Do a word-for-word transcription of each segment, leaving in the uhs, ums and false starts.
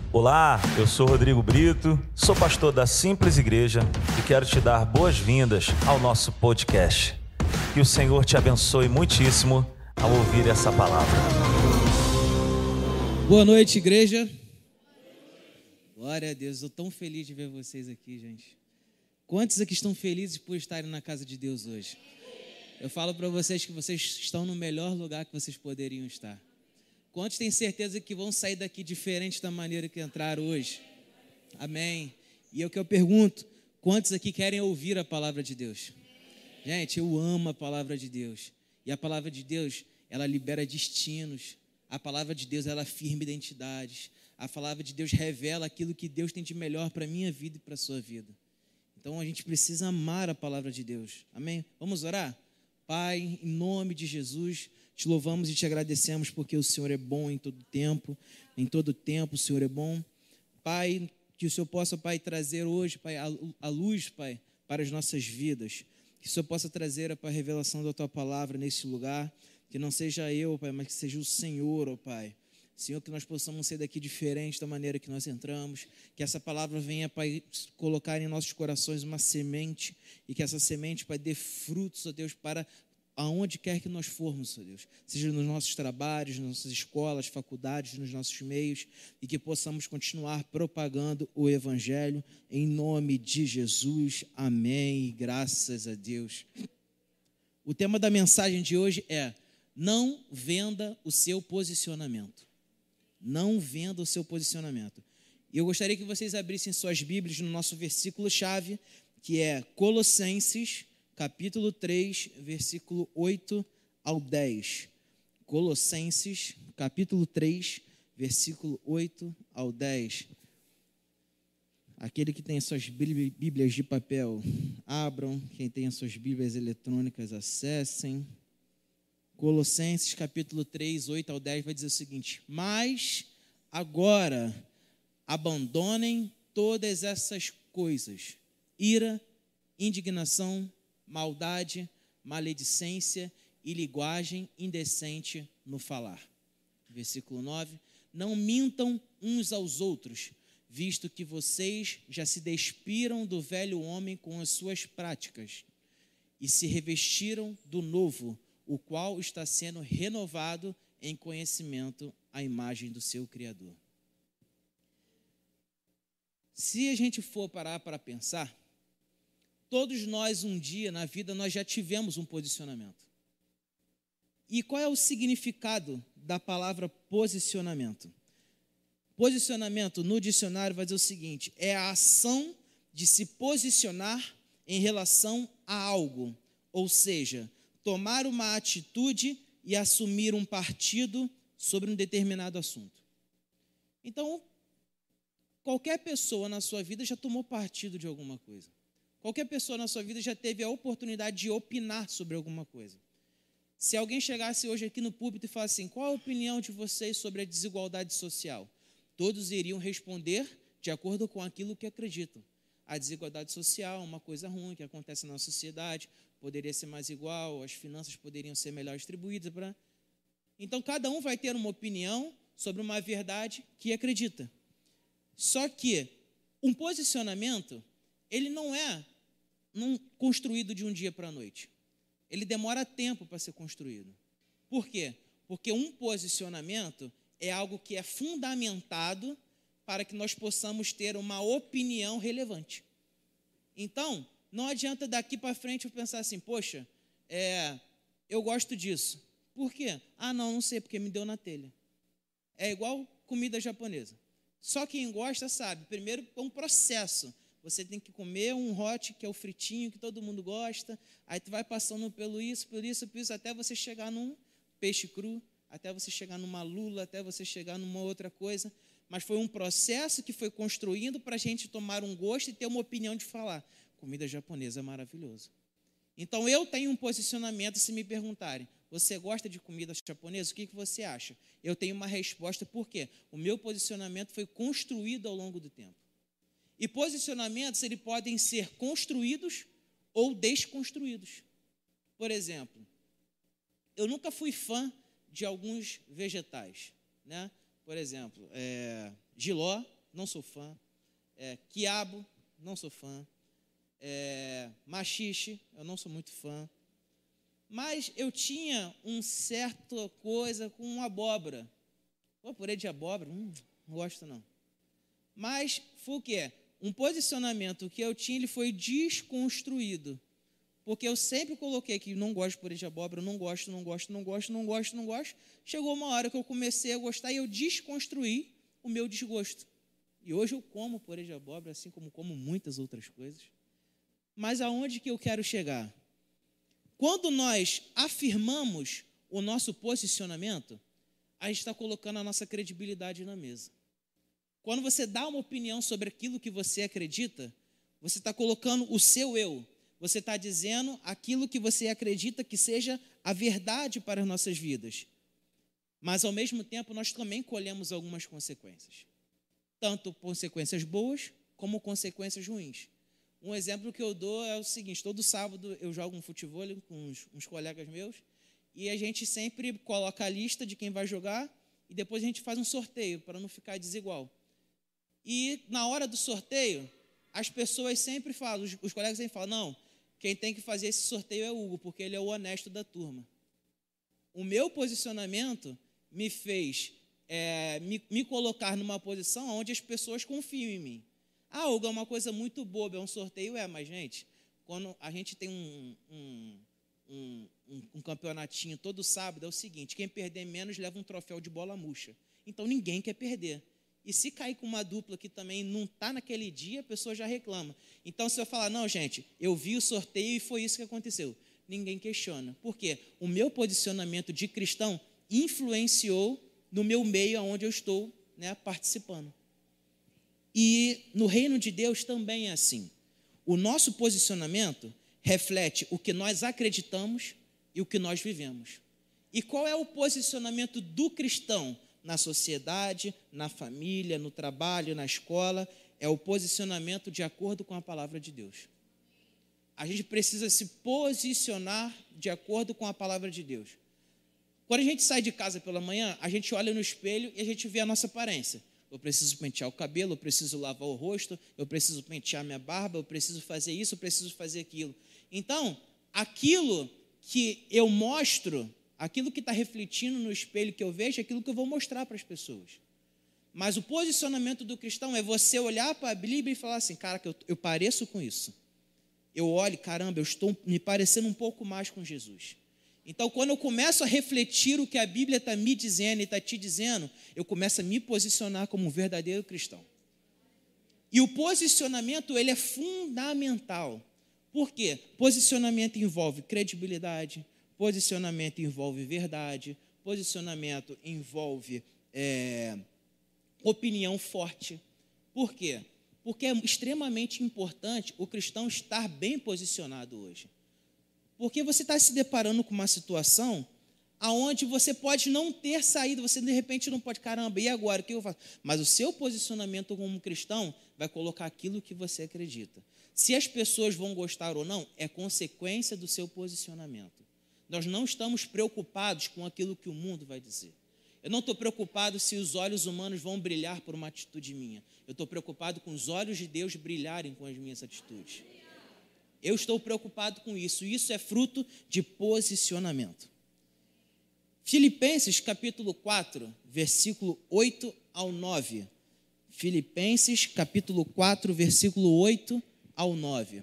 Olá, eu sou Rodrigo Brito, sou pastor da Simples Igreja e quero te dar boas-vindas ao nosso podcast. Que o Senhor te abençoe muitíssimo ao ouvir essa palavra. Boa noite, igreja. Glória a Deus, estou tão feliz de ver vocês aqui, gente. Quantos aqui estão felizes por estarem na casa de Deus hoje? Eu falo para vocês que vocês estão no melhor lugar que vocês poderiam estar. Quantos têm certeza que vão sair daqui diferente da maneira que entraram hoje? Amém. E é o que eu pergunto, quantos aqui querem ouvir a palavra de Deus? Gente, eu amo a palavra de Deus. E a palavra de Deus, ela libera destinos. A palavra de Deus, ela afirma identidades. A palavra de Deus revela aquilo que Deus tem de melhor para a minha vida e para a sua vida. Então, a gente precisa amar a palavra de Deus. Amém? Vamos orar? Pai, em nome de Jesus, te louvamos e te agradecemos porque o Senhor é bom em todo tempo. Em todo tempo o Senhor é bom. Pai, que o Senhor possa, Pai, trazer hoje, Pai, a luz, Pai, para as nossas vidas. Que o Senhor possa trazer, Pai, a revelação da Tua palavra nesse lugar. Que não seja eu, Pai, mas que seja o Senhor, ó Pai. Senhor, que nós possamos sair daqui diferente da maneira que nós entramos. Que essa palavra venha, Pai, colocar em nossos corações uma semente. E que essa semente, Pai, dê frutos, ó Deus, para aonde quer que nós formos, ó Deus, seja nos nossos trabalhos, nas nossas escolas, faculdades, nos nossos meios, e que possamos continuar propagando o Evangelho, em nome de Jesus, amém, graças a Deus. O tema da mensagem de hoje é: não venda o seu posicionamento. Não venda o seu posicionamento. E eu gostaria que vocês abrissem suas Bíblias no nosso versículo-chave, que é Colossenses, capítulo três, versículo oito ao dez. Colossenses, capítulo três, versículo oito ao dez. Aquele que tem as suas Bíblias de papel, abram. Quem tem as suas Bíblias eletrônicas, acessem. Colossenses, capítulo três, oito ao dez, vai dizer o seguinte: mas agora abandonem todas essas coisas: ira, indignação, maldade, maledicência e linguagem indecente no falar. Versículo nove. Não mintam uns aos outros, visto que vocês já se despiram do velho homem com as suas práticas e se revestiram do novo, o qual está sendo renovado em conhecimento à imagem do seu Criador. Se a gente for parar para pensar, todos nós, um dia na vida, nós já tivemos um posicionamento. E qual é o significado da palavra posicionamento? Posicionamento, no dicionário, vai dizer o seguinte: é a ação de se posicionar em relação a algo, ou seja, tomar uma atitude e assumir um partido sobre um determinado assunto. Então, qualquer pessoa na sua vida já tomou partido de alguma coisa. Qualquer pessoa na sua vida já teve a oportunidade de opinar sobre alguma coisa. Se alguém chegasse hoje aqui no púlpito e falasse assim: qual a opinião de vocês sobre a desigualdade social? Todos iriam responder de acordo com aquilo que acreditam. A desigualdade social é uma coisa ruim que acontece na sociedade, poderia ser mais igual, as finanças poderiam ser melhor distribuídas. Pra... Então, cada um vai ter uma opinião sobre uma verdade que acredita. Só que um posicionamento, ele não é Num, construído de um dia para a noite. Ele demora tempo para ser construído. Por quê? Porque um posicionamento é algo que é fundamentado para que nós possamos ter uma opinião relevante. Então, não adianta daqui para frente eu pensar assim: poxa, é, eu gosto disso. Por quê? Ah, não, não sei, porque me deu na telha. É igual comida japonesa. Só quem gosta sabe, primeiro é um processo. Você tem que comer um hot, que é o fritinho, que todo mundo gosta. Aí tu vai passando pelo isso, por isso, por isso, até você chegar num peixe cru, até você chegar numa lula, até você chegar numa outra coisa. Mas foi um processo que foi construindo para a gente tomar um gosto e ter uma opinião de falar: comida japonesa é maravilhoso. Então, eu tenho um posicionamento. Se me perguntarem: você gosta de comida japonesa? O que, que você acha? Eu tenho uma resposta. Por quê? O meu posicionamento foi construído ao longo do tempo. E posicionamentos, eles podem ser construídos ou desconstruídos. Por exemplo, eu nunca fui fã de alguns vegetais, né? Por exemplo, é, jiló, não sou fã. É, quiabo, não sou fã. É, maxixe, eu não sou muito fã. Mas eu tinha um certa coisa com abóbora. Pô, purê de abóbora, hum, não gosto não. Mas foi o quê? Um posicionamento que eu tinha, ele foi desconstruído. Porque eu sempre coloquei que não gosto de purê de abóbora, não gosto, não gosto, não gosto, não gosto, não gosto. Chegou uma hora que eu comecei a gostar e eu desconstruí o meu desgosto. E hoje eu como purê de abóbora, assim como como muitas outras coisas. Mas aonde que eu quero chegar? Quando nós afirmamos o nosso posicionamento, a gente está colocando a nossa credibilidade na mesa. Quando você dá uma opinião sobre aquilo que você acredita, você está colocando o seu eu. Você está dizendo aquilo que você acredita que seja a verdade para as nossas vidas. Mas, ao mesmo tempo, nós também colhemos algumas consequências. Tanto consequências boas, como consequências ruins. Um exemplo que eu dou é o seguinte: todo sábado eu jogo um futebol com uns, uns colegas meus, e a gente sempre coloca a lista de quem vai jogar, e depois a gente faz um sorteio, para não ficar desigual. E, na hora do sorteio, as pessoas sempre falam, os, os colegas sempre falam, não, quem tem que fazer esse sorteio é o Hugo, porque ele é o honesto da turma. O meu posicionamento me fez é, me, me colocar numa posição onde as pessoas confiam em mim. Ah, Hugo, é uma coisa muito boba, é um sorteio, é, mas, gente, quando a gente tem um, um, um, um, um campeonatinho todo sábado, é o seguinte, quem perder menos leva um troféu de bola murcha. Então, ninguém quer perder. E se cair com uma dupla que também não está naquele dia, a pessoa já reclama. Então, se eu falar, não, gente, eu vi o sorteio e foi isso que aconteceu, ninguém questiona. Por quê? O meu posicionamento de cristão influenciou no meu meio onde eu estou, né, participando. E no reino de Deus também é assim. O nosso posicionamento reflete o que nós acreditamos e o que nós vivemos. E qual é o posicionamento do cristão na sociedade, na família, no trabalho, na escola? É o posicionamento de acordo com a palavra de Deus. A gente precisa se posicionar de acordo com a palavra de Deus. Quando a gente sai de casa pela manhã, a gente olha no espelho e a gente vê a nossa aparência. Eu preciso pentear o cabelo, eu preciso lavar o rosto, eu preciso pentear minha barba, eu preciso fazer isso, eu preciso fazer aquilo. Então, aquilo que eu mostro, aquilo que está refletindo no espelho que eu vejo, é aquilo que eu vou mostrar para as pessoas. Mas o posicionamento do cristão é você olhar para a Bíblia e falar assim, cara, eu, eu pareço com isso. Eu olho, caramba, eu estou me parecendo um pouco mais com Jesus. Então, quando eu começo a refletir o que a Bíblia está me dizendo e está te dizendo, eu começo a me posicionar como um verdadeiro cristão. E o posicionamento, ele é fundamental. Por quê? Posicionamento envolve credibilidade, posicionamento envolve verdade, posicionamento envolve é, opinião forte. Por quê? Porque é extremamente importante o cristão estar bem posicionado hoje. Porque você está se deparando com uma situação onde você pode não ter saído, você de repente não pode, caramba, e agora, o que eu faço? Mas o seu posicionamento como cristão vai colocar aquilo que você acredita. Se as pessoas vão gostar ou não, é consequência do seu posicionamento. Nós não estamos preocupados com aquilo que o mundo vai dizer. Eu não estou preocupado se os olhos humanos vão brilhar por uma atitude minha. Eu estou preocupado com os olhos de Deus brilharem com as minhas atitudes. Eu estou preocupado com isso. Isso é fruto de posicionamento. Filipenses capítulo quatro, versículo oito ao nove. Filipenses capítulo quatro, versículo oito ao nove.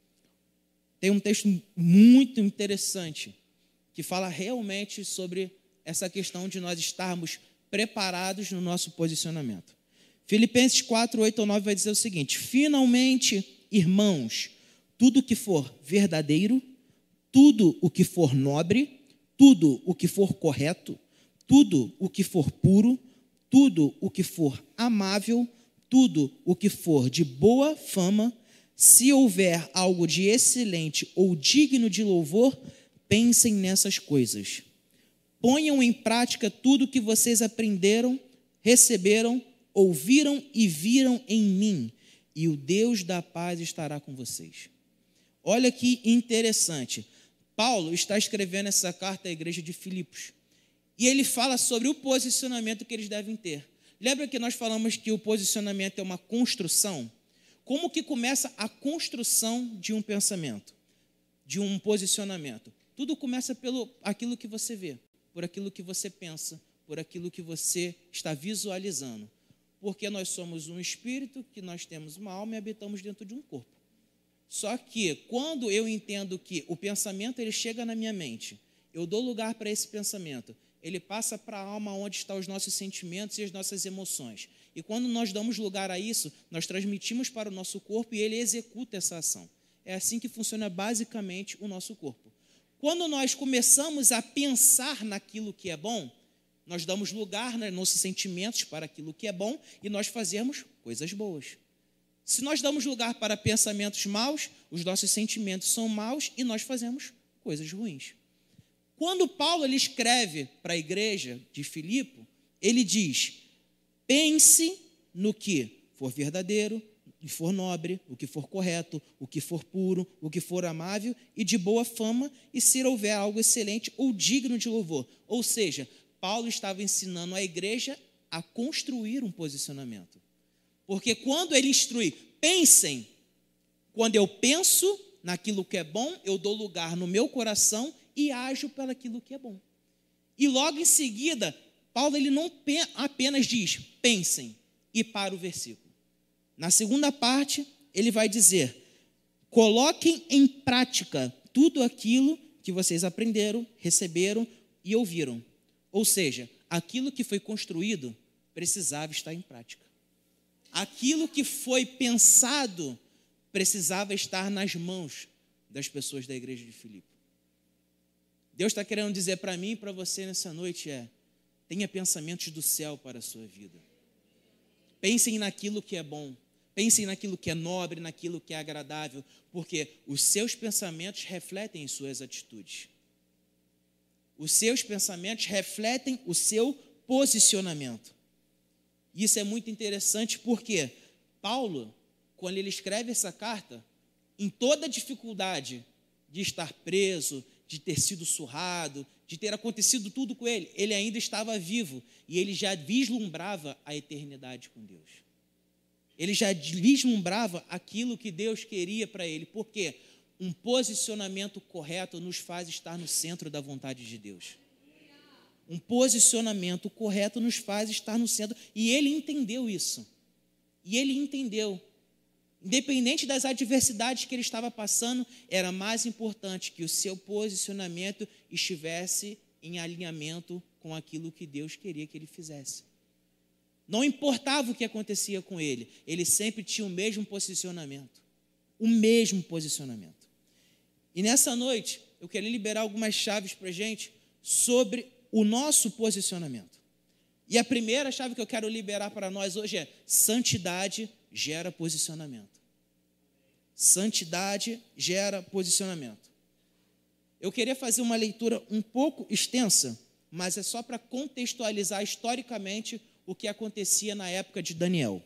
Tem um texto muito interessante que fala realmente sobre essa questão de nós estarmos preparados no nosso posicionamento. Filipenses quatro, oito ao nove vai dizer o seguinte: finalmente, irmãos, tudo o que for verdadeiro, tudo o que for nobre, tudo o que for correto, tudo o que for puro, tudo o que for amável, tudo o que for de boa fama, se houver algo de excelente ou digno de louvor, pensem nessas coisas. Ponham em prática tudo o que vocês aprenderam, receberam, ouviram e viram em mim, e o Deus da paz estará com vocês. Olha que interessante. Paulo está escrevendo essa carta à igreja de Filipos. E ele fala sobre o posicionamento que eles devem ter. Lembra que nós falamos que o posicionamento é uma construção? Como que começa a construção de um pensamento, de um posicionamento? Tudo começa pelo aquilo que você vê, por aquilo que você pensa, por aquilo que você está visualizando. Porque nós somos um espírito, que nós temos uma alma e habitamos dentro de um corpo. Só que quando eu entendo que o pensamento ele chega na minha mente, eu dou lugar para esse pensamento, ele passa para a alma onde estão os nossos sentimentos e as nossas emoções. E quando nós damos lugar a isso, nós transmitimos para o nosso corpo e ele executa essa ação. É assim que funciona basicamente o nosso corpo. Quando nós começamos a pensar naquilo que é bom, nós damos lugar nos nossos sentimentos para aquilo que é bom e nós fazemos coisas boas. Se nós damos lugar para pensamentos maus, os nossos sentimentos são maus e nós fazemos coisas ruins. Quando Paulo ele escreve para a igreja de Filipe, ele diz: pense no que for verdadeiro, o que for nobre, o que for correto, o que for puro, o que for amável e de boa fama, e se houver algo excelente ou digno de louvor. Ou seja, Paulo estava ensinando a igreja a construir um posicionamento. Porque quando ele instrui, pensem, quando eu penso naquilo que é bom, eu dou lugar no meu coração e ajo pelaquilo que é bom. E logo em seguida, Paulo ele não apenas diz, pensem, e para o versículo. Na segunda parte, ele vai dizer, coloquem em prática tudo aquilo que vocês aprenderam, receberam e ouviram. Ou seja, aquilo que foi construído precisava estar em prática. Aquilo que foi pensado precisava estar nas mãos das pessoas da igreja de Filipe. Deus está querendo dizer para mim e para você nessa noite é, tenha pensamentos do céu para a sua vida. Pensem naquilo que é bom, pensem naquilo que é nobre, naquilo que é agradável, porque os seus pensamentos refletem as suas atitudes. Os seus pensamentos refletem o seu posicionamento. Isso é muito interessante porque Paulo, quando ele escreve essa carta, em toda a dificuldade de estar preso, de ter sido surrado, de ter acontecido tudo com ele, ele ainda estava vivo e ele já vislumbrava a eternidade com Deus. Ele já vislumbrava aquilo que Deus queria para ele, porque um posicionamento correto nos faz estar no centro da vontade de Deus. Um posicionamento correto nos faz estar no centro. E ele entendeu isso. E ele entendeu. Independente das adversidades que ele estava passando, era mais importante que o seu posicionamento estivesse em alinhamento com aquilo que Deus queria que ele fizesse. Não importava o que acontecia com ele, ele sempre tinha o mesmo posicionamento. O mesmo posicionamento. E nessa noite, eu queria liberar algumas chaves para a gente sobre o nosso posicionamento. E a primeira chave que eu quero liberar para nós hoje é: santidade gera posicionamento. Santidade gera posicionamento. Eu queria fazer uma leitura um pouco extensa, mas é só para contextualizar historicamente o que acontecia na época de Daniel.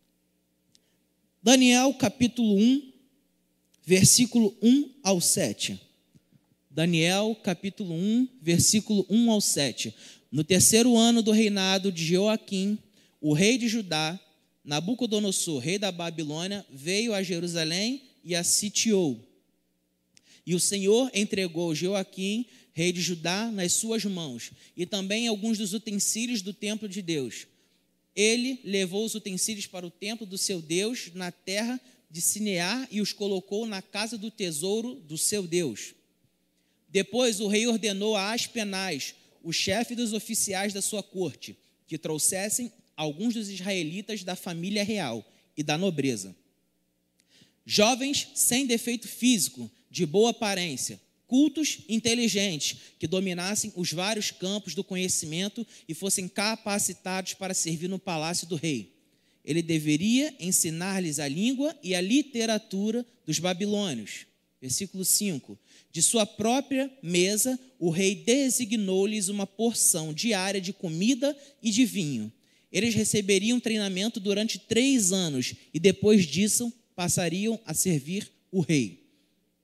Daniel, capítulo um, versículo um ao sete. Daniel, capítulo um, versículo um ao sete. No terceiro ano do reinado de Joaquim, o rei de Judá, Nabucodonosor, rei da Babilônia, veio a Jerusalém e a sitiou. E o Senhor entregou Joaquim, rei de Judá, nas suas mãos, e também alguns dos utensílios do templo de Deus. Ele levou os utensílios para o templo do seu Deus, na terra de Sinear, e os colocou na casa do tesouro do seu Deus. Depois o rei ordenou a Aspenaz, o chefe dos oficiais da sua corte, que trouxessem alguns dos israelitas da família real e da nobreza. Jovens sem defeito físico, de boa aparência, cultos e inteligentes, que dominassem os vários campos do conhecimento e fossem capacitados para servir no palácio do rei. Ele deveria ensinar-lhes a língua e a literatura dos babilônios. Versículo cinco. De sua própria mesa, o rei designou-lhes uma porção diária de comida e de vinho. Eles receberiam treinamento durante três anos e depois disso passariam a servir o rei.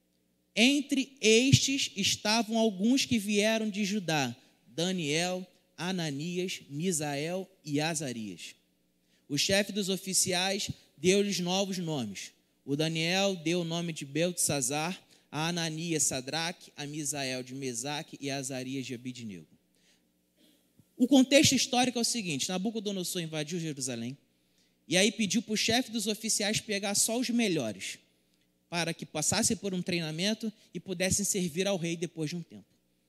Entre estes estavam alguns que vieram de Judá: Daniel, Ananias, Misael e Azarias. O chefe dos oficiais deu-lhes novos nomes. O Daniel deu o nome de Beltesazar, a Ananias, Sadraque, a Misael de Mesaque e a Azarias de Abidnego. O contexto histórico é o seguinte: Nabucodonosor invadiu Jerusalém e aí pediu para o chefe dos oficiais pegar só os melhores, para que passassem por um treinamento e pudessem servir ao rei depois de um tempo.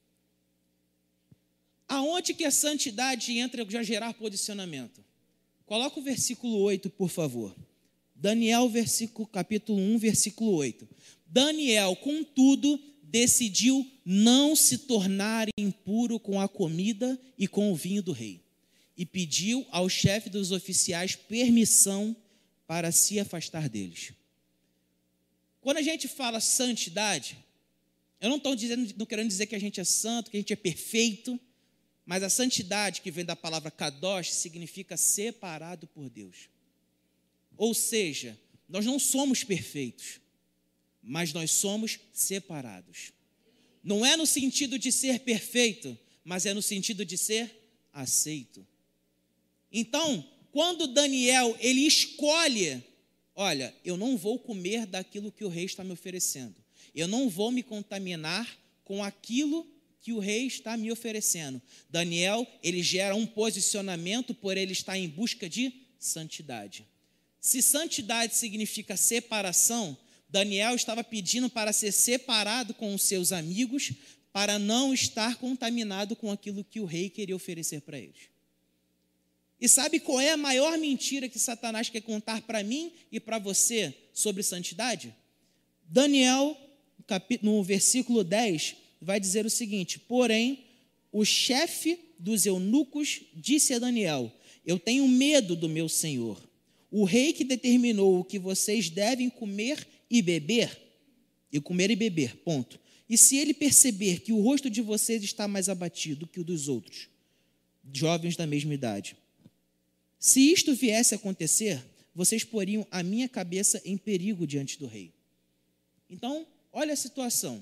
Aonde que a santidade entra já gerar posicionamento? Coloca o versículo oito, por favor. Daniel, versículo, capítulo um, versículo oito. Daniel, contudo, decidiu não se tornar impuro com a comida e com o vinho do rei, e pediu ao chefe dos oficiais permissão para se afastar deles. Quando a gente fala santidade, eu não estou dizendo, não querendo dizer que a gente é santo, que a gente é perfeito, mas a santidade, que vem da palavra kadosh, significa separado por Deus. Ou seja, nós não somos perfeitos, mas nós somos separados. Não é no sentido de ser perfeito, mas é no sentido de ser aceito. Então, quando Daniel, ele escolhe, olha, eu não vou comer daquilo que o rei está me oferecendo. Eu não vou me contaminar com aquilo que o rei está me oferecendo. Daniel, ele gera um posicionamento por ele estar em busca de santidade. Se santidade significa separação, Daniel estava pedindo para ser separado com os seus amigos, para não estar contaminado com aquilo que o rei queria oferecer para eles. E sabe qual é a maior mentira que Satanás quer contar para mim e para você sobre santidade? Daniel, no versículo dez, vai dizer o seguinte: porém, o chefe dos eunucos disse a Daniel: eu tenho medo do meu senhor, o rei que determinou o que vocês devem comer e beber, e comer e beber, ponto. E se ele perceber que o rosto de vocês está mais abatido que o dos outros, jovens da mesma idade, se isto viesse a acontecer, vocês poriam a minha cabeça em perigo diante do rei. Então, olha a situação.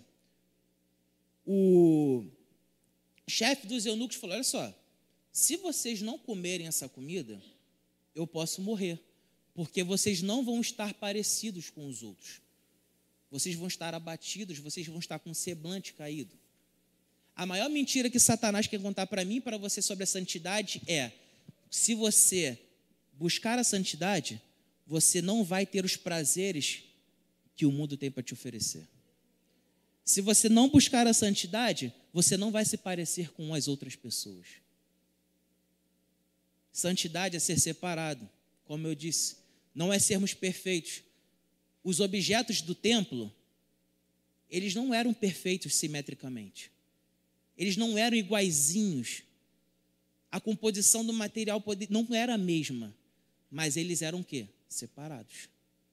O chefe dos eunucos falou: olha só, se vocês não comerem essa comida, eu posso morrer, porque vocês não vão estar parecidos com os outros. Vocês vão estar abatidos, vocês vão estar com o semblante caído. A maior mentira que Satanás quer contar para mim e para você sobre a santidade é: se você buscar a santidade, você não vai ter os prazeres que o mundo tem para te oferecer. Se você não buscar a santidade, você não vai se parecer com as outras pessoas. Santidade é ser separado, como eu disse, não é sermos perfeitos. Os objetos do templo, eles não eram perfeitos simetricamente. Eles não eram iguaizinhos. A composição do material não era a mesma, mas eles eram o quê? Separados.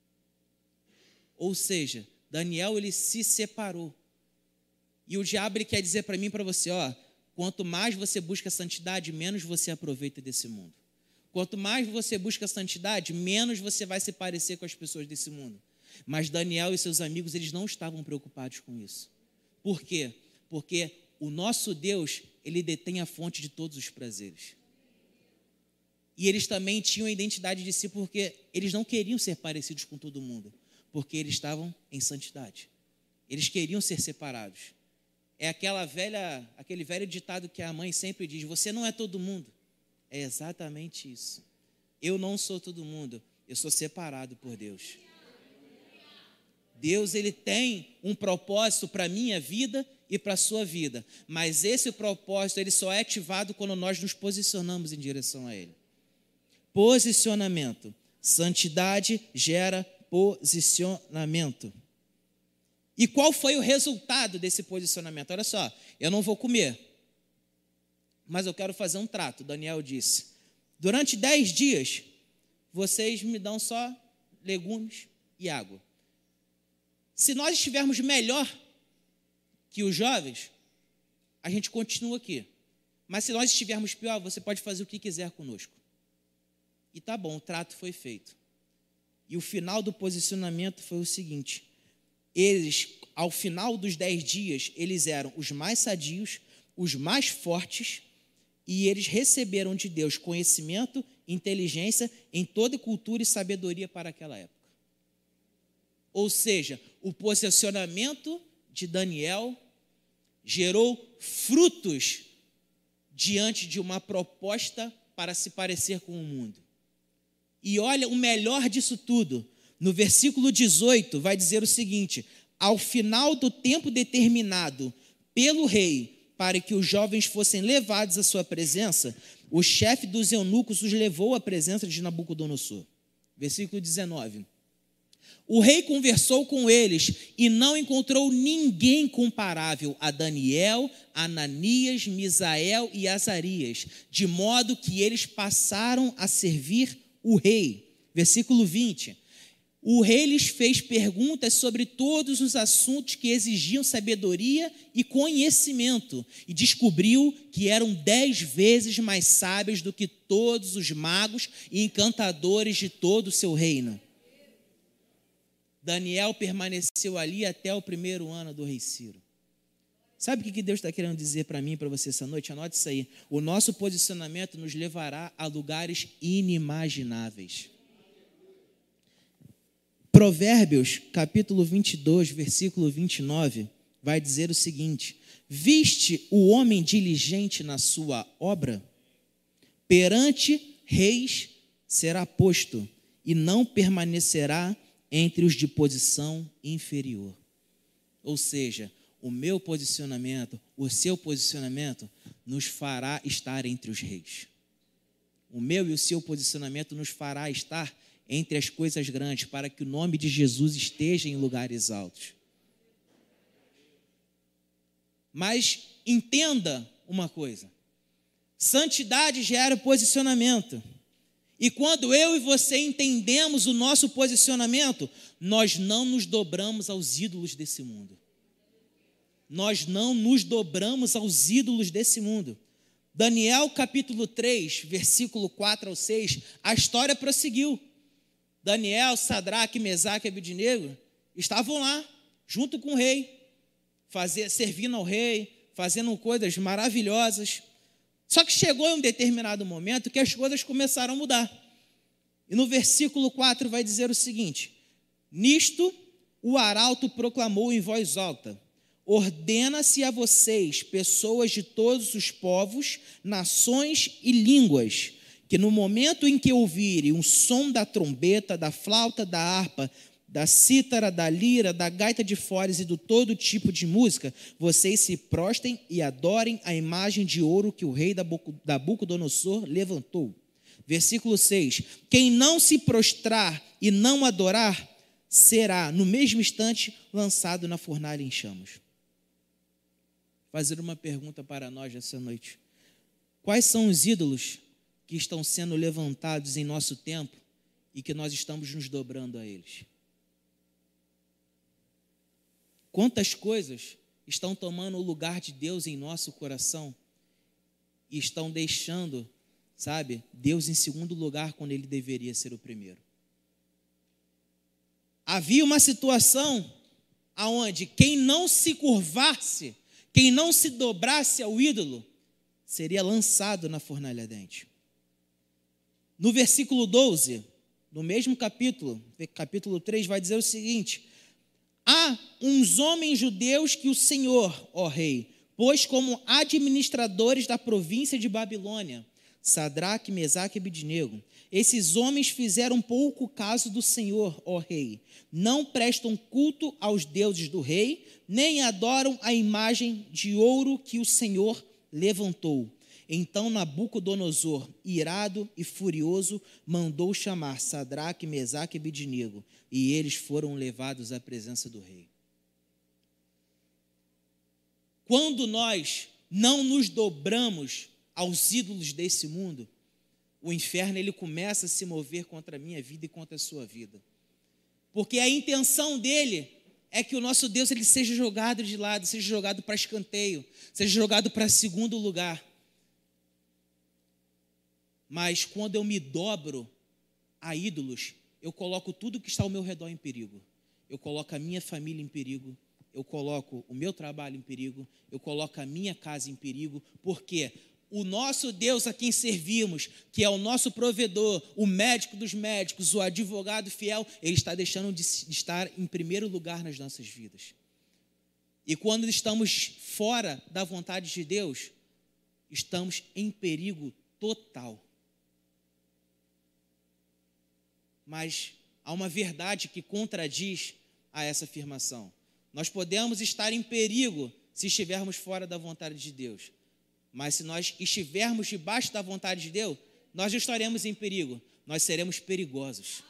Ou seja, Daniel, ele se separou. E o diabo, ele quer dizer para mim e para você, ó, quanto mais você busca santidade, menos você aproveita desse mundo. Quanto mais você busca santidade, menos você vai se parecer com as pessoas desse mundo. Mas Daniel e seus amigos, eles não estavam preocupados com isso. Por quê? Porque o nosso Deus, ele detém a fonte de todos os prazeres. E eles também tinham a identidade de si, porque eles não queriam ser parecidos com todo mundo, porque eles estavam em santidade. Eles queriam ser separados. É aquela velha, aquele velho ditado que a mãe sempre diz: você não é todo mundo. É exatamente isso. Eu não sou todo mundo, eu sou separado por Deus. Deus, ele tem um propósito para a minha vida e para a sua vida, mas esse propósito, ele só é ativado quando nós nos posicionamos em direção a ele. Posicionamento. Santidade gera posicionamento. E qual foi o resultado desse posicionamento? Olha só, eu não vou comer, mas eu quero fazer um trato. Daniel disse: durante dez dias, vocês me dão só legumes e água. Se nós estivermos melhor que os jovens, a gente continua aqui. Mas se nós estivermos pior, você pode fazer o que quiser conosco. E tá bom, o trato foi feito. E o final do posicionamento foi o seguinte: eles, ao final dos dez dias, eles eram os mais sadios, os mais fortes e eles receberam de Deus conhecimento, inteligência em toda cultura e sabedoria para aquela época. Ou seja, o posicionamento de Daniel gerou frutos diante de uma proposta para se parecer com o mundo. E olha, o melhor disso tudo, no versículo dezoito, vai dizer o seguinte: ao final do tempo determinado pelo rei para que os jovens fossem levados à sua presença, o chefe dos eunucos os levou à presença de Nabucodonosor. Versículo dezenove. O rei conversou com eles e não encontrou ninguém comparável a Daniel, Ananias, Misael e Azarias, de modo que eles passaram a servir o rei. Versículo vinte. O rei lhes fez perguntas sobre todos os assuntos que exigiam sabedoria e conhecimento, e descobriu que eram dez vezes mais sábios do que todos os magos e encantadores de todo o seu reino. Daniel permaneceu ali até o primeiro ano do rei Ciro. Sabe o que Deus está querendo dizer para mim e para você essa noite? Anote isso aí. O nosso posicionamento nos levará a lugares inimagináveis. Provérbios, capítulo vinte e dois, versículo vinte e nove, vai dizer o seguinte: viste o homem diligente na sua obra? Perante reis será posto, e não permanecerá entre os de posição inferior. Ou seja, o meu posicionamento, o seu posicionamento, nos fará estar entre os reis. O meu e o seu posicionamento nos fará estar entre as coisas grandes, para que o nome de Jesus esteja em lugares altos. Mas entenda uma coisa: santidade gera posicionamento. E quando eu e você entendemos o nosso posicionamento, nós não nos dobramos aos ídolos desse mundo. Nós não nos dobramos aos ídolos desse mundo. Daniel capítulo três, versículo quatro ao seis, a história prosseguiu. Daniel, Sadraque, Mesaque e Abednego estavam lá, junto com o rei, fazer, servindo ao rei, fazendo coisas maravilhosas. Só que chegou em um determinado momento que as coisas começaram a mudar. E no versículo quatro vai dizer o seguinte: nisto o arauto proclamou em voz alta: ordena-se a vocês, pessoas de todos os povos, nações e línguas, que no momento em que ouvirem o som da trombeta, da flauta, da harpa, da cítara, da lira, da gaita de foles e do todo tipo de música, vocês se prostrem e adorem a imagem de ouro que o rei Nabucodonosor levantou. Versículo seis. Quem não se prostrar e não adorar, será, no mesmo instante, lançado na fornalha em chamas. Fazer uma pergunta para nós essa noite: quais são os ídolos que estão sendo levantados em nosso tempo e que nós estamos nos dobrando a eles? Quantas coisas estão tomando o lugar de Deus em nosso coração e estão deixando, sabe, Deus em segundo lugar quando Ele deveria ser o primeiro? Havia uma situação onde quem não se curvasse, quem não se dobrasse ao ídolo, seria lançado na fornalha ardente. No versículo doze, no mesmo capítulo, capítulo três, vai dizer o seguinte: há uns homens judeus que o Senhor, ó rei, pôs como administradores da província de Babilônia, Sadraque, Mesaque e Abednego. Esses homens fizeram pouco caso do Senhor, ó rei. Não prestam culto aos deuses do rei, nem adoram a imagem de ouro que o Senhor levantou. Então Nabucodonosor, irado e furioso, mandou chamar Sadraque, Mesaque e Abednego, e eles foram levados à presença do rei. Quando nós não nos dobramos aos ídolos desse mundo, o inferno ele começa a se mover contra a minha vida e contra a sua vida. Porque a intenção dele é que o nosso Deus ele seja jogado de lado, seja jogado para escanteio, seja jogado para segundo lugar. Mas quando eu me dobro a ídolos, eu coloco tudo que está ao meu redor em perigo. Eu coloco a minha família em perigo, eu coloco o meu trabalho em perigo, eu coloco a minha casa em perigo. Por quê? o nosso Deus a quem servimos, que é o nosso provedor, o médico dos médicos, o advogado fiel, ele está deixando de estar em primeiro lugar nas nossas vidas. E quando estamos fora da vontade de Deus, estamos em perigo total. Mas há uma verdade que contradiz a essa afirmação. Nós podemos estar em perigo se estivermos fora da vontade de Deus. Mas se nós estivermos debaixo da vontade de Deus, nós não estaremos em perigo, nós seremos perigosos.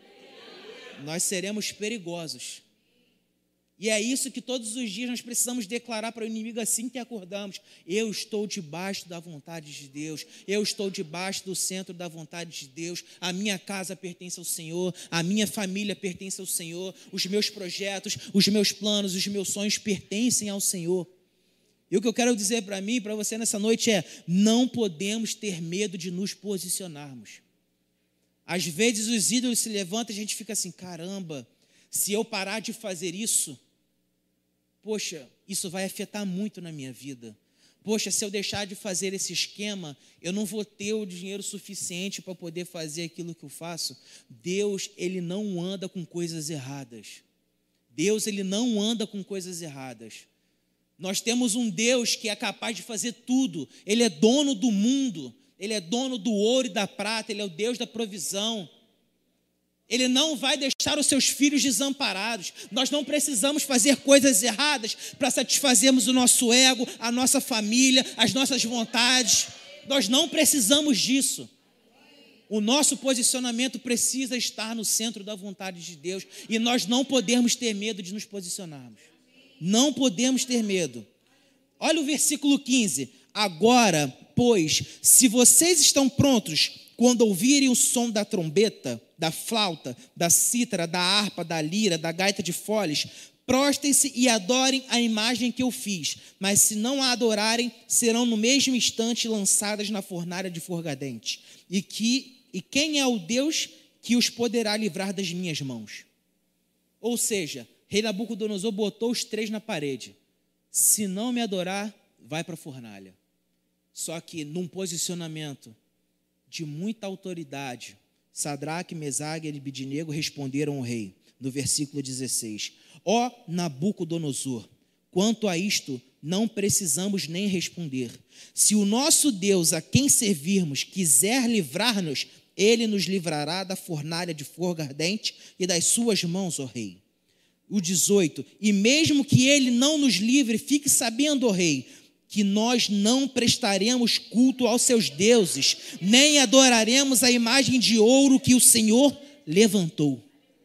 Nós seremos perigosos. E é isso que todos os dias nós precisamos declarar para o inimigo assim que acordamos. Eu estou debaixo da vontade de Deus. Eu estou debaixo do centro da vontade de Deus. A minha casa pertence ao Senhor. A minha família pertence ao Senhor. Os meus projetos, os meus planos, os meus sonhos pertencem ao Senhor. E o que eu quero dizer para mim e para você nessa noite é: não podemos ter medo de nos posicionarmos. Às vezes os ídolos se levantam e a gente fica assim, caramba, se eu parar de fazer isso, poxa, isso vai afetar muito na minha vida. Poxa, se eu deixar de fazer esse esquema, eu não vou ter o dinheiro suficiente para poder fazer aquilo que eu faço. Deus, ele não anda com coisas erradas. Deus, ele não anda com coisas erradas. Nós temos um Deus que é capaz de fazer tudo. Ele é dono do mundo. Ele é dono do ouro e da prata. Ele é o Deus da provisão. Ele não vai deixar os seus filhos desamparados. Nós não precisamos fazer coisas erradas para satisfazermos o nosso ego, a nossa família, as nossas vontades. Nós não precisamos disso. O nosso posicionamento precisa estar no centro da vontade de Deus. E nós não podemos ter medo de nos posicionarmos. Não podemos ter medo. Olha o versículo quinze. Agora, pois, se vocês estão prontos quando ouvirem o som da trombeta, da flauta, da cítara, da harpa, da lira, da gaita de foles, prostem-se e adorem a imagem que eu fiz. Mas se não a adorarem, serão no mesmo instante lançadas na fornalha de fogo ardente. E, que, e quem é o Deus que os poderá livrar das minhas mãos? Ou seja, rei Nabucodonosor botou os três na parede. Se não me adorar, vai para a fornalha. Só que num posicionamento de muita autoridade, Sadraque, Mesaque e Abednego responderam ao rei, no versículo dezesseis, ó Nabucodonosor, quanto a isto, não precisamos nem responder. Se o nosso Deus, a quem servirmos, quiser livrar-nos, ele nos livrará da fornalha de fogo ardente e das suas mãos, ó rei. O dezoito, e mesmo que ele não nos livre, fique sabendo, ó rei, que nós não prestaremos culto aos seus deuses, nem adoraremos a imagem de ouro que o Senhor levantou.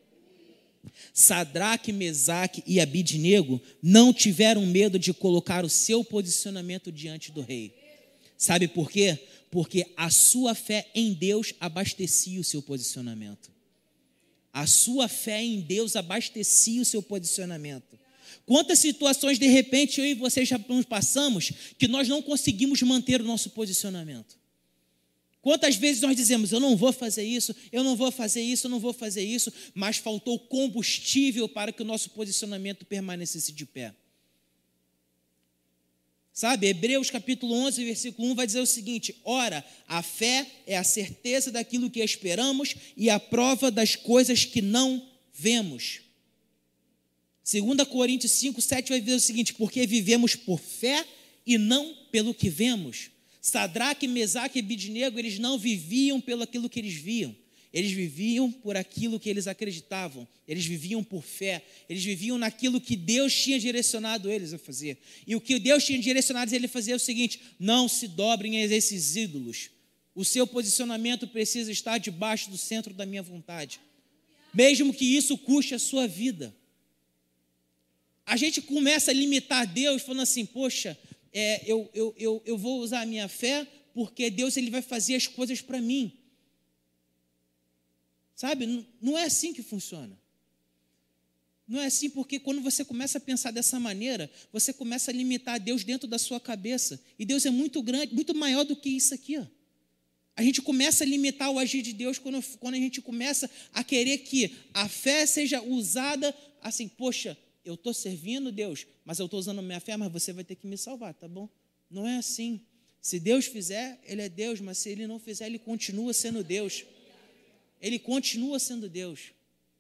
Sadraque, Mesaque e Abednego não tiveram medo de colocar o seu posicionamento diante do rei. Sabe por quê? Porque a sua fé em Deus abastecia o seu posicionamento. A sua fé em Deus abastecia o seu posicionamento. Quantas situações, de repente, eu e você já passamos que nós não conseguimos manter o nosso posicionamento? Quantas vezes nós dizemos, eu não vou fazer isso, eu não vou fazer isso, eu não vou fazer isso, mas faltou combustível para que o nosso posicionamento permanecesse de pé. Sabe, Hebreus capítulo onze, versículo um vai dizer o seguinte, ora, a fé é a certeza daquilo que esperamos e a prova das coisas que não vemos. Segunda Coríntios cinco, sete vai dizer o seguinte, porque vivemos por fé e não pelo que vemos. Sadraque, Mesaque e Abednego, eles não viviam pelo aquilo que eles viam. Eles viviam por aquilo que eles acreditavam. Eles viviam por fé. Eles viviam naquilo que Deus tinha direcionado eles a fazer. E o que Deus tinha direcionado eles a fazer é o seguinte, não se dobrem a esses ídolos. O seu posicionamento precisa estar debaixo do centro da minha vontade. Mesmo que isso custe a sua vida. A gente começa a limitar Deus falando assim, poxa, é, eu, eu, eu, eu vou usar a minha fé porque Deus ele vai fazer as coisas para mim. Sabe, não, não é assim que funciona. Não é assim porque quando você começa a pensar dessa maneira, você começa a limitar Deus dentro da sua cabeça. E Deus é muito grande, muito maior do que isso aqui, ó. A gente começa a limitar o agir de Deus quando, quando a gente começa a querer que a fé seja usada assim, poxa, eu estou servindo Deus, mas eu estou usando a minha fé, mas você vai ter que me salvar, tá bom? Não é assim. Se Deus fizer, Ele é Deus, mas se Ele não fizer, Ele continua sendo Deus. Ele continua sendo Deus.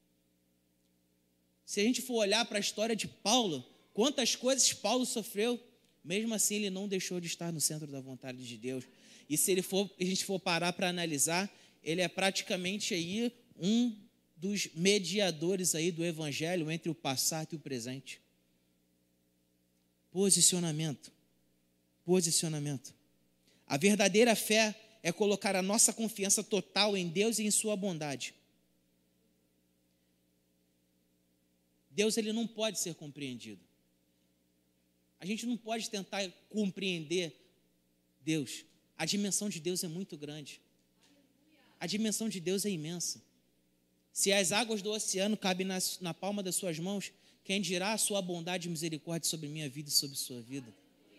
Se a gente for olhar para a história de Paulo, quantas coisas Paulo sofreu, mesmo assim ele não deixou de estar no centro da vontade de Deus. E se ele for, a gente for parar para analisar, ele é praticamente aí um dos mediadores aí do evangelho entre o passado e o presente. Posicionamento. Posicionamento. A verdadeira fé é colocar a nossa confiança total em Deus e em sua bondade. Deus, ele não pode ser compreendido. A gente não pode tentar compreender Deus. A dimensão de Deus é muito grande. A dimensão de Deus é imensa. Se as águas do oceano cabem na, na palma das suas mãos, quem dirá a sua bondade e misericórdia sobre minha vida e sobre sua vida?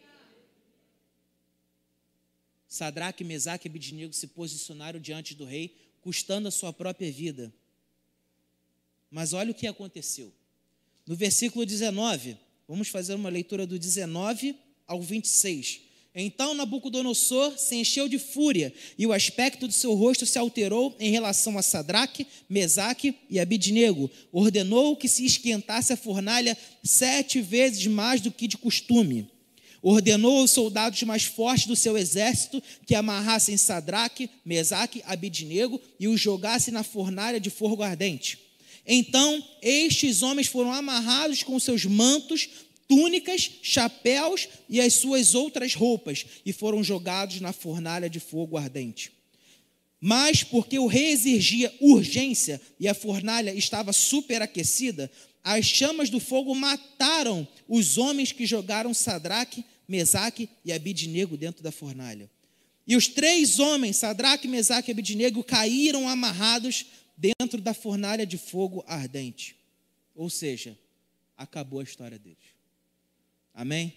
Sadraque, Mesaque e Abidnego se posicionaram diante do rei, custando a sua própria vida. Mas olha o que aconteceu. No versículo dezenove, vamos fazer uma leitura do dezenove ao vinte e seis. Então Nabucodonosor se encheu de fúria, e o aspecto do seu rosto se alterou em relação a Sadraque, Mesaque e Abidnego. Ordenou que se esquentasse a fornalha sete vezes mais do que de costume. Ordenou aos soldados mais fortes do seu exército que amarrassem Sadraque, Mesaque, Abidnego e os jogassem na fornalha de fogo ardente. Então, estes homens foram amarrados com seus mantos, túnicas, chapéus e as suas outras roupas e foram jogados na fornalha de fogo ardente. Mas, porque o rei exigia urgência e a fornalha estava superaquecida, as chamas do fogo mataram os homens que jogaram Sadraque, Mesaque e Abidnego dentro da fornalha. E os três homens, Sadraque, Mesaque e Abidnego, caíram amarrados dentro da fornalha de fogo ardente. Ou seja, acabou a história deles. Amém?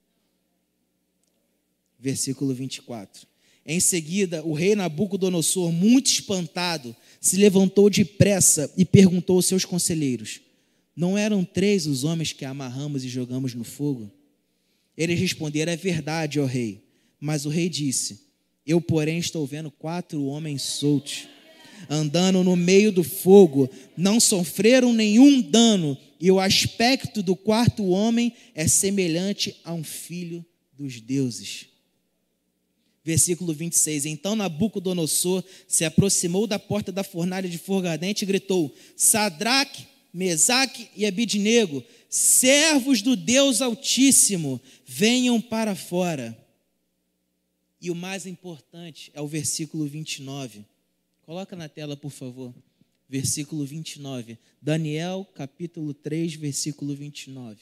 Versículo vinte e quatro. Em seguida, o rei Nabucodonosor, muito espantado, se levantou depressa e perguntou aos seus conselheiros: não eram três os homens que amarramos e jogamos no fogo? Eles responderam: é verdade, ó rei. Mas o rei disse: eu, porém, estou vendo quatro homens soltos, andando no meio do fogo, não sofreram nenhum dano, e o aspecto do quarto homem é semelhante a um filho dos deuses. Versículo vinte e seis. Então Nabucodonosor se aproximou da porta da fornalha de fogo ardente e gritou: Sadraque, Mesaque e Abidnego, servos do Deus Altíssimo, venham para fora. E o mais importante é o versículo vinte e nove. Coloca na tela, por favor. Versículo vinte e nove. Daniel, capítulo três, versículo vinte e nove.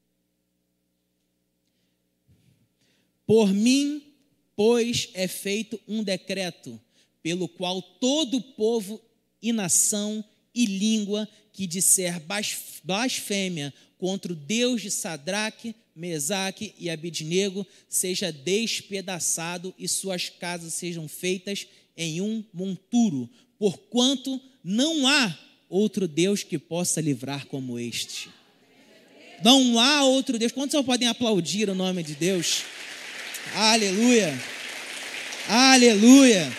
Por mim, pois, é feito um decreto, pelo qual todo povo e nação e língua que disser blasfêmia contra o Deus de Sadraque, Mesaque e Abidnego seja despedaçado e suas casas sejam feitas em um monturo, porquanto não há outro Deus que possa livrar como este. Não há outro Deus. Quantos podem aplaudir o nome de Deus? Aleluia! Aleluia!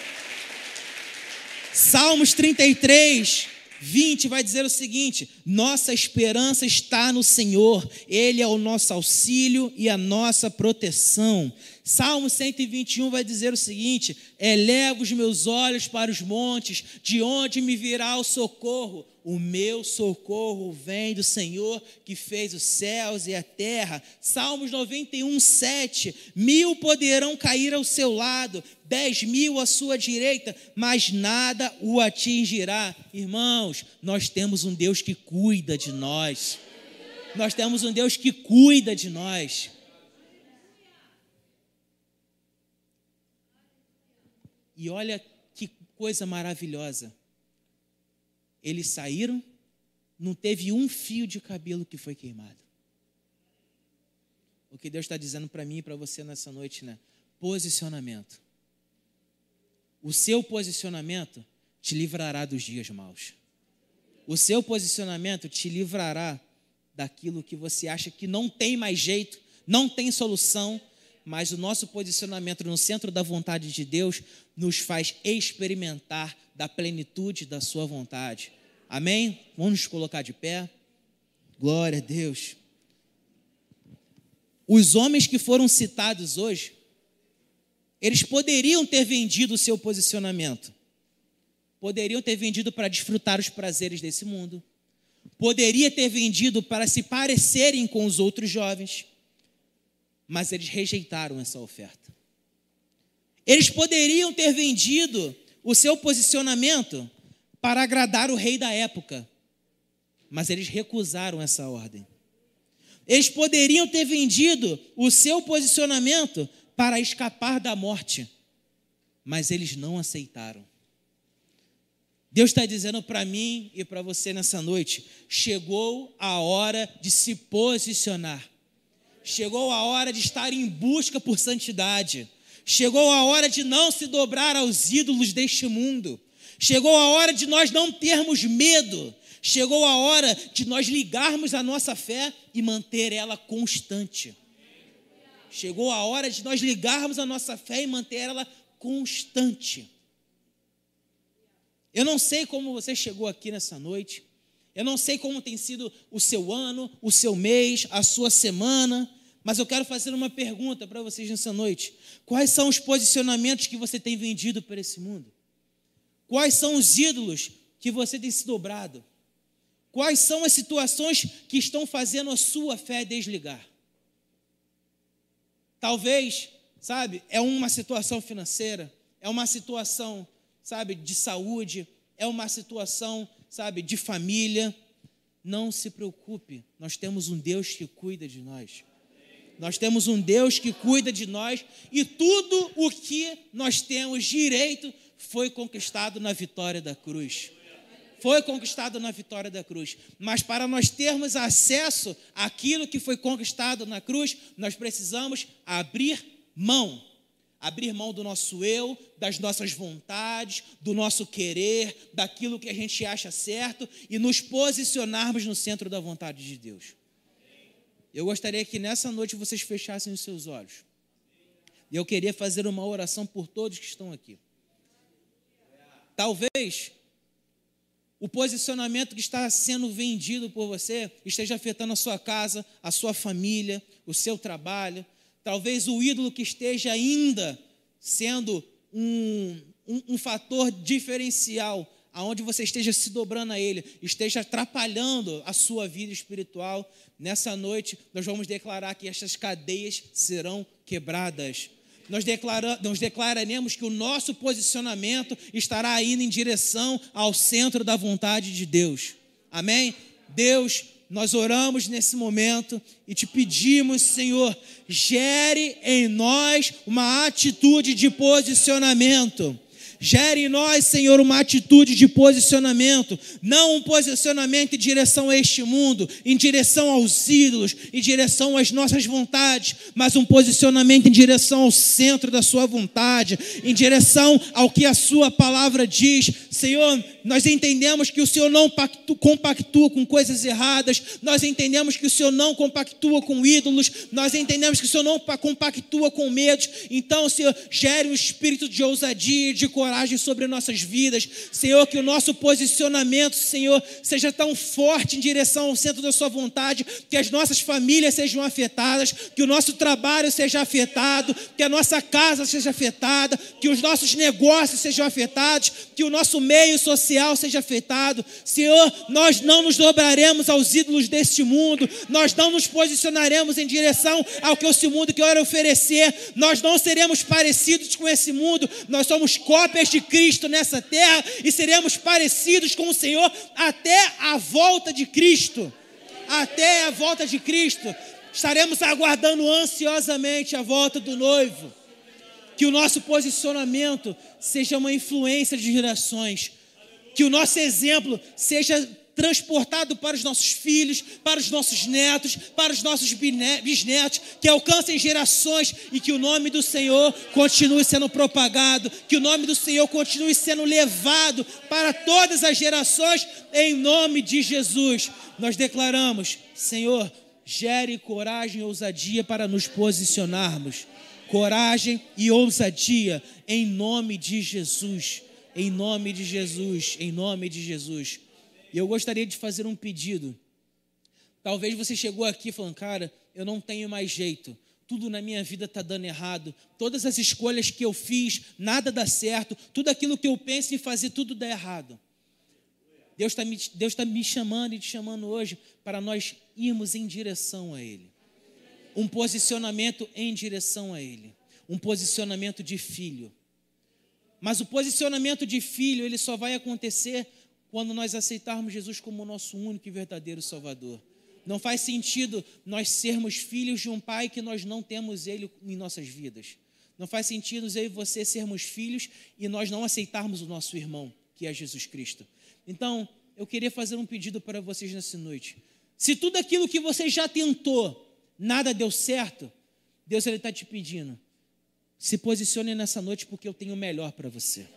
Salmos trinta e três, vinte vai dizer o seguinte: nossa esperança está no Senhor, Ele é o nosso auxílio e a nossa proteção. Salmo cento e vinte e um vai dizer o seguinte: elevo os meus olhos para os montes, de onde me virá o socorro? O meu socorro vem do Senhor que fez os céus e a terra. Salmos noventa e um, sete. Mil poderão cair ao seu lado, dez mil à sua direita, mas nada o atingirá. Irmãos, nós temos um Deus que cuida de nós. Nós temos um Deus que cuida de nós. E olha que coisa maravilhosa. Eles saíram, não teve um fio de cabelo que foi queimado. O que Deus está dizendo para mim e para você nessa noite, né? Posicionamento. O seu posicionamento te livrará dos dias maus. O seu posicionamento te livrará daquilo que você acha que não tem mais jeito, não tem solução, mas o nosso posicionamento no centro da vontade de Deus nos faz experimentar da plenitude da sua vontade. Amém? Vamos nos colocar de pé. Glória a Deus. Os homens que foram citados hoje, eles poderiam ter vendido o seu posicionamento. Poderiam ter vendido para desfrutar os prazeres desse mundo. Poderia ter vendido para se parecerem com os outros jovens. Mas eles rejeitaram essa oferta. Eles poderiam ter vendido o seu posicionamento para agradar o rei da época. Mas eles recusaram essa ordem. Eles poderiam ter vendido o seu posicionamento para escapar da morte. Mas eles não aceitaram. Deus está dizendo para mim e para você nessa noite, chegou a hora de se posicionar. Chegou a hora de estar em busca por santidade. Chegou a hora de não se dobrar aos ídolos deste mundo. Chegou a hora de nós não termos medo. Chegou a hora de nós ligarmos a nossa fé e manter ela constante. Chegou a hora de nós ligarmos a nossa fé e manter ela constante. Eu não sei como você chegou aqui nessa noite. Eu não sei como tem sido o seu ano, o seu mês, a sua semana. Mas eu quero fazer uma pergunta para vocês nessa noite. Quais são os posicionamentos que você tem vendido para esse mundo? Quais são os ídolos que você tem se dobrado? Quais são as situações que estão fazendo a sua fé desligar? Talvez, sabe, é uma situação financeira, é uma situação, sabe, de saúde, é uma situação, sabe, de família. Não se preocupe, nós temos um Deus que cuida de nós. Nós temos um Deus que cuida de nós e tudo o que nós temos direito foi conquistado na vitória da cruz. Foi conquistado na vitória da cruz. Mas para nós termos acesso àquilo que foi conquistado na cruz, nós precisamos abrir mão. Abrir mão do nosso eu, das nossas vontades, do nosso querer, daquilo que a gente acha certo e nos posicionarmos no centro da vontade de Deus. Eu gostaria que nessa noite vocês fechassem os seus olhos. E eu queria fazer uma oração por todos que estão aqui. Talvez o posicionamento que está sendo vendido por você esteja afetando a sua casa, a sua família, o seu trabalho. Talvez o ídolo que esteja ainda sendo um, um, um fator diferencial, aonde você esteja se dobrando a ele, esteja atrapalhando a sua vida espiritual. Nessa noite, nós vamos declarar que essas cadeias serão quebradas. Nós, declara, nós declararemos que o nosso posicionamento estará indo em direção ao centro da vontade de Deus. Amém? Deus, nós oramos nesse momento e te pedimos, Senhor, gere em nós uma atitude de posicionamento. Gere em nós, Senhor, uma atitude de posicionamento, não um posicionamento em direção a este mundo, em direção aos ídolos, em direção às nossas vontades, mas um posicionamento em direção ao centro da sua vontade, em direção ao que a sua palavra diz. Senhor, nós entendemos que o Senhor não compactua com coisas erradas, nós entendemos que o Senhor não compactua com ídolos, nós entendemos que o Senhor não compactua com medos. Então, Senhor, gere um espírito de ousadia e de coragem sobre nossas vidas. Senhor, que o nosso posicionamento, Senhor, seja tão forte em direção ao centro da sua vontade, que as nossas famílias sejam afetadas, que o nosso trabalho seja afetado, que a nossa casa seja afetada, que os nossos negócios sejam afetados, que o nosso meio social seja afetado. Senhor, nós não nos dobraremos aos ídolos deste mundo, nós não nos posicionaremos em direção ao que esse mundo quer oferecer, nós não seremos parecidos com esse mundo, nós somos cópias de Cristo nessa terra e seremos parecidos com o Senhor até a volta de Cristo. Até a volta de Cristo. Estaremos aguardando ansiosamente a volta do noivo. Que o nosso posicionamento seja uma influência de gerações. Que o nosso exemplo seja transportado para os nossos filhos, para os nossos netos, para os nossos bisnetos, que alcancem gerações e que o nome do Senhor continue sendo propagado, que o nome do Senhor continue sendo levado para todas as gerações, em nome de Jesus. Nós declaramos, Senhor, gere coragem e ousadia para nos posicionarmos. coragem e ousadia, em nome de Jesus, em nome de Jesus, em nome de Jesus. E eu gostaria de fazer um pedido. Talvez você chegou aqui falando, cara, eu não tenho mais jeito, tudo na minha vida está dando errado, todas as escolhas que eu fiz, nada dá certo, tudo aquilo que eu penso em fazer, tudo dá errado. Deus está me, Deus está me chamando e te chamando hoje para nós irmos em direção a Ele. Um posicionamento em direção a Ele. Um posicionamento de filho. Mas o posicionamento de filho, ele só vai acontecer quando nós aceitarmos Jesus como o nosso único e verdadeiro Salvador. Não faz sentido nós sermos filhos de um pai que nós não temos Ele em nossas vidas. Não faz sentido eu e você sermos filhos e nós não aceitarmos o nosso irmão, que é Jesus Cristo. Então, eu queria fazer um pedido para vocês nessa noite. Se tudo aquilo que você já tentou, nada deu certo, Deus está te pedindo, se posicione nessa noite porque eu tenho o melhor para você.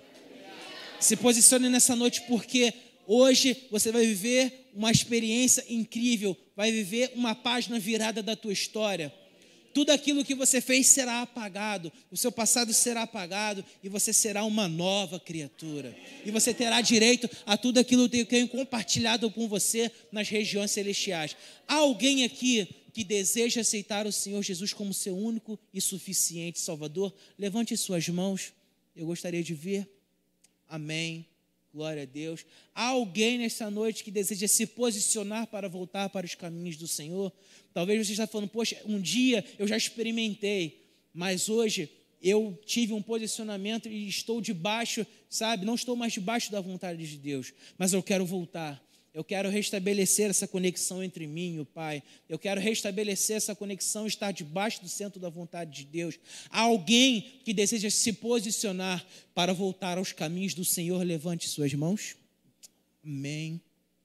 Se posicione nessa noite porque hoje você vai viver uma experiência incrível, vai viver uma página virada da tua história. Tudo aquilo que você fez será apagado, o seu passado será apagado e você será uma nova criatura. E você terá direito a tudo aquilo que eu tenho compartilhado com você nas regiões celestiais. Há alguém aqui que deseja aceitar o Senhor Jesus como seu único e suficiente Salvador? Levante suas mãos, eu gostaria de ver. Amém. Glória a Deus. Há alguém nessa noite que deseja se posicionar para voltar para os caminhos do Senhor? Talvez você está falando, poxa, um dia eu já experimentei, mas hoje eu tive um posicionamento e estou debaixo, sabe? Não estou mais debaixo da vontade de Deus, mas eu quero voltar. Eu quero restabelecer essa conexão entre mim e o Pai. Eu quero restabelecer essa conexão e estar debaixo do centro da vontade de Deus. Há alguém que deseja se posicionar para voltar aos caminhos do Senhor? Levante suas mãos. Amém.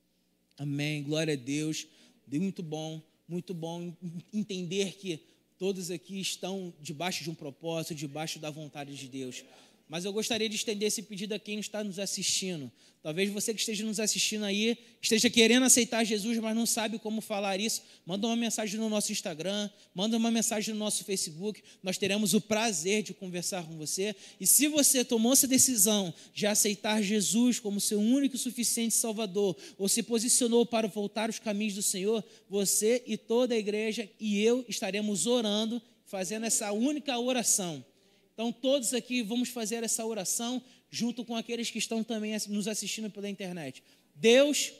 Amém. Glória a Deus. Muito bom, muito bom entender que todos aqui estão debaixo de um propósito, debaixo da vontade de Deus. Mas eu gostaria de estender esse pedido a quem está nos assistindo. Talvez você que esteja nos assistindo aí, esteja querendo aceitar Jesus, mas não sabe como falar isso. Manda uma mensagem no nosso Instagram, manda uma mensagem no nosso Facebook. Nós teremos o prazer de conversar com você. E se você tomou essa decisão de aceitar Jesus como seu único e suficiente Salvador, ou se posicionou para voltar aos caminhos do Senhor, você e toda a igreja e eu estaremos orando, fazendo essa única oração. Então, todos aqui vamos fazer essa oração junto com aqueles que estão também nos assistindo pela internet. Deus,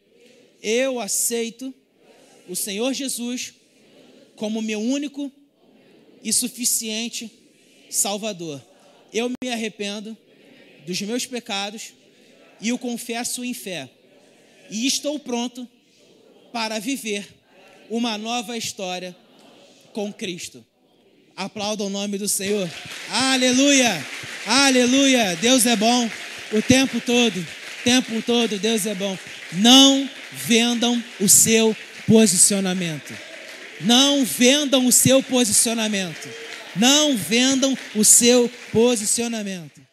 eu aceito o Senhor Jesus como meu único e suficiente Salvador. Eu me arrependo dos meus pecados e o confesso em fé. E estou pronto para viver uma nova história com Cristo. Aplauda o nome do Senhor. Aleluia, aleluia. Deus é bom o tempo todo, o tempo todo Deus é bom. Não vendam o seu posicionamento. Não vendam o seu posicionamento. Não vendam o seu posicionamento.